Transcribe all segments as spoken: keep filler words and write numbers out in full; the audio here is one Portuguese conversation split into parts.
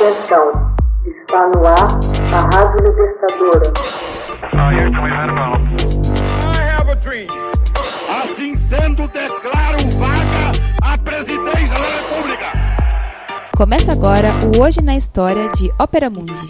Atenção, está no ar a Rádio Libertadora. Assim sendo, declaro vaga a presidência da República. Começa agora o Hoje na História de Ópera Mundi.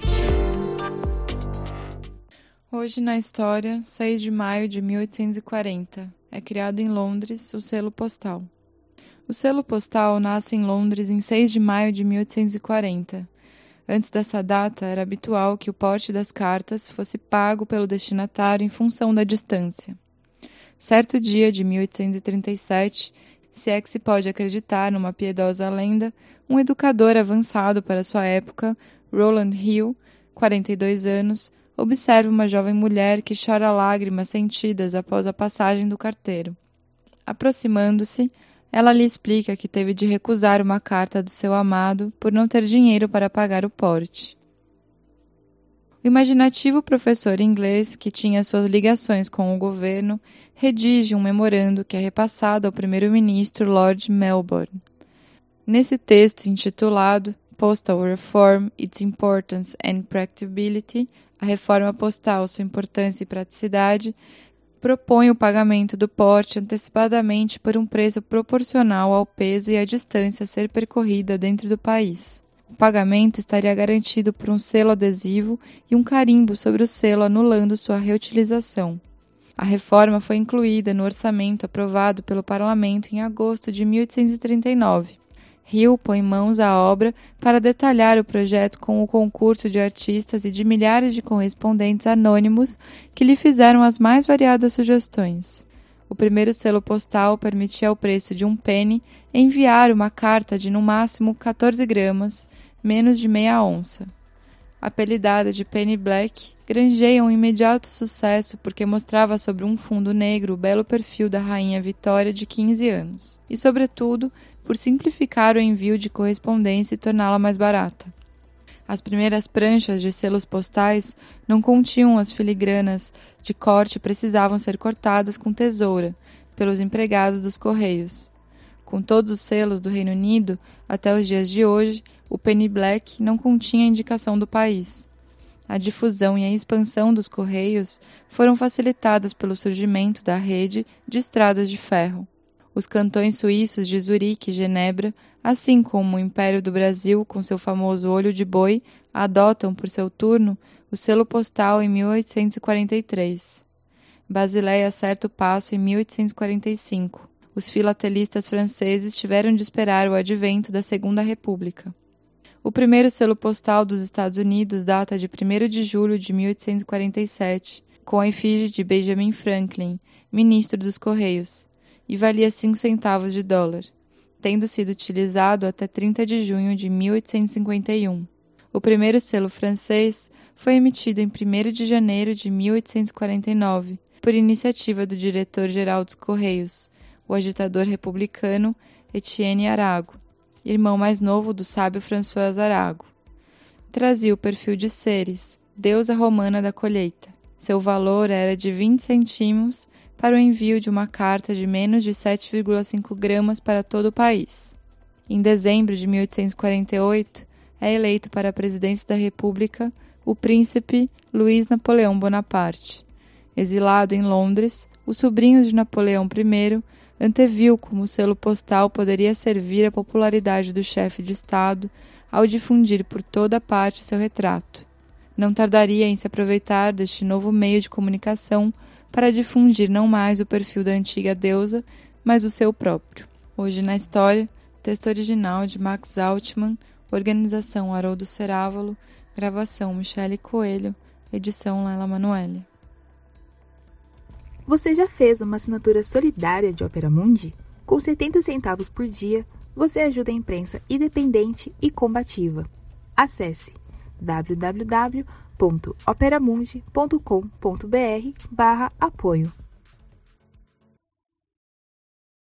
Hoje na História, seis de maio de mil oitocentos e quarenta, é criado em Londres o selo postal. O selo postal nasce em Londres em seis de maio de mil oitocentos e quarenta. Antes dessa data, era habitual que o porte das cartas fosse pago pelo destinatário em função da distância. Certo dia de mil oitocentos e trinta e sete, se é que se pode acreditar numa piedosa lenda, um educador avançado para sua época, Rowland Hill, quarenta e dois anos, observa uma jovem mulher que chora lágrimas sentidas após a passagem do carteiro. Aproximando-se, ela lhe explica que teve de recusar uma carta do seu amado por não ter dinheiro para pagar o porte. O imaginativo professor inglês, que tinha suas ligações com o governo, redige um memorando que é repassado ao primeiro-ministro Lord Melbourne. Nesse texto intitulado Postal Reform, Its Importance and Practicability, a reforma postal, sua importância e praticidade, propõe o pagamento do porte antecipadamente por um preço proporcional ao peso e à distância a ser percorrida dentro do país. O pagamento estaria garantido por um selo adesivo e um carimbo sobre o selo anulando sua reutilização. A reforma foi incluída no orçamento aprovado pelo Parlamento em agosto de mil oitocentos e trinta e nove. Hill põe mãos à obra para detalhar o projeto com o concurso de artistas e de milhares de correspondentes anônimos que lhe fizeram as mais variadas sugestões. O primeiro selo postal permitia ao preço de um penny enviar uma carta de no máximo quatorze gramas, menos de meia onça. Apelidada de Penny Black, granjeia um imediato sucesso porque mostrava sobre um fundo negro o belo perfil da rainha Vitória de quinze anos. E, sobretudo, por simplificar o envio de correspondência e torná-la mais barata. As primeiras pranchas de selos postais não continham as filigranas de corte e precisavam ser cortadas com tesoura pelos empregados dos Correios. Com todos os selos do Reino Unido, até os dias de hoje, o Penny Black não continha indicação do país. A difusão e a expansão dos Correios foram facilitadas pelo surgimento da rede de estradas de ferro. Os cantões suíços de Zurique e Genebra, assim como o Império do Brasil com seu famoso olho de boi, adotam, por seu turno, o selo postal em mil oitocentos e quarenta e três. Basileia acerta o passo em mil oitocentos e quarenta e cinco. Os filatelistas franceses tiveram de esperar o advento da Segunda República. O primeiro selo postal dos Estados Unidos data de primeiro de julho de mil oitocentos e quarenta e sete, com a efígie de Benjamin Franklin, ministro dos Correios, e valia cinco centavos de dólar, tendo sido utilizado até trinta de junho de mil oitocentos e cinquenta e um. O primeiro selo francês foi emitido em primeiro de janeiro de mil oitocentos e quarenta e nove, por iniciativa do diretor-geral dos Correios, o agitador republicano Etienne Arago, irmão mais novo do sábio François Arago. Trazia o perfil de Ceres, deusa romana da colheita. Seu valor era de vinte centimos para o envio de uma carta de menos de sete vírgula cinco gramas para todo o país. Em dezembro de mil oitocentos e quarenta e oito, é eleito para a presidência da República o príncipe Luís Napoleão Bonaparte. Exilado em Londres, o sobrinho de Napoleão I anteviu como o selo postal poderia servir à popularidade do chefe de Estado ao difundir por toda parte seu retrato. Não tardaria em se aproveitar deste novo meio de comunicação para difundir não mais o perfil da antiga deusa, mas o seu próprio. Hoje na História, texto original de Max Altman, organização Haroldo Cerávolo, gravação Michele Coelho, edição Laila Manoeli. Você já fez uma assinatura solidária de Ópera Mundi? Com setenta centavos por dia, você ajuda a imprensa independente e combativa. Acesse w w w ponto operamundi ponto com ponto b r barra apoio.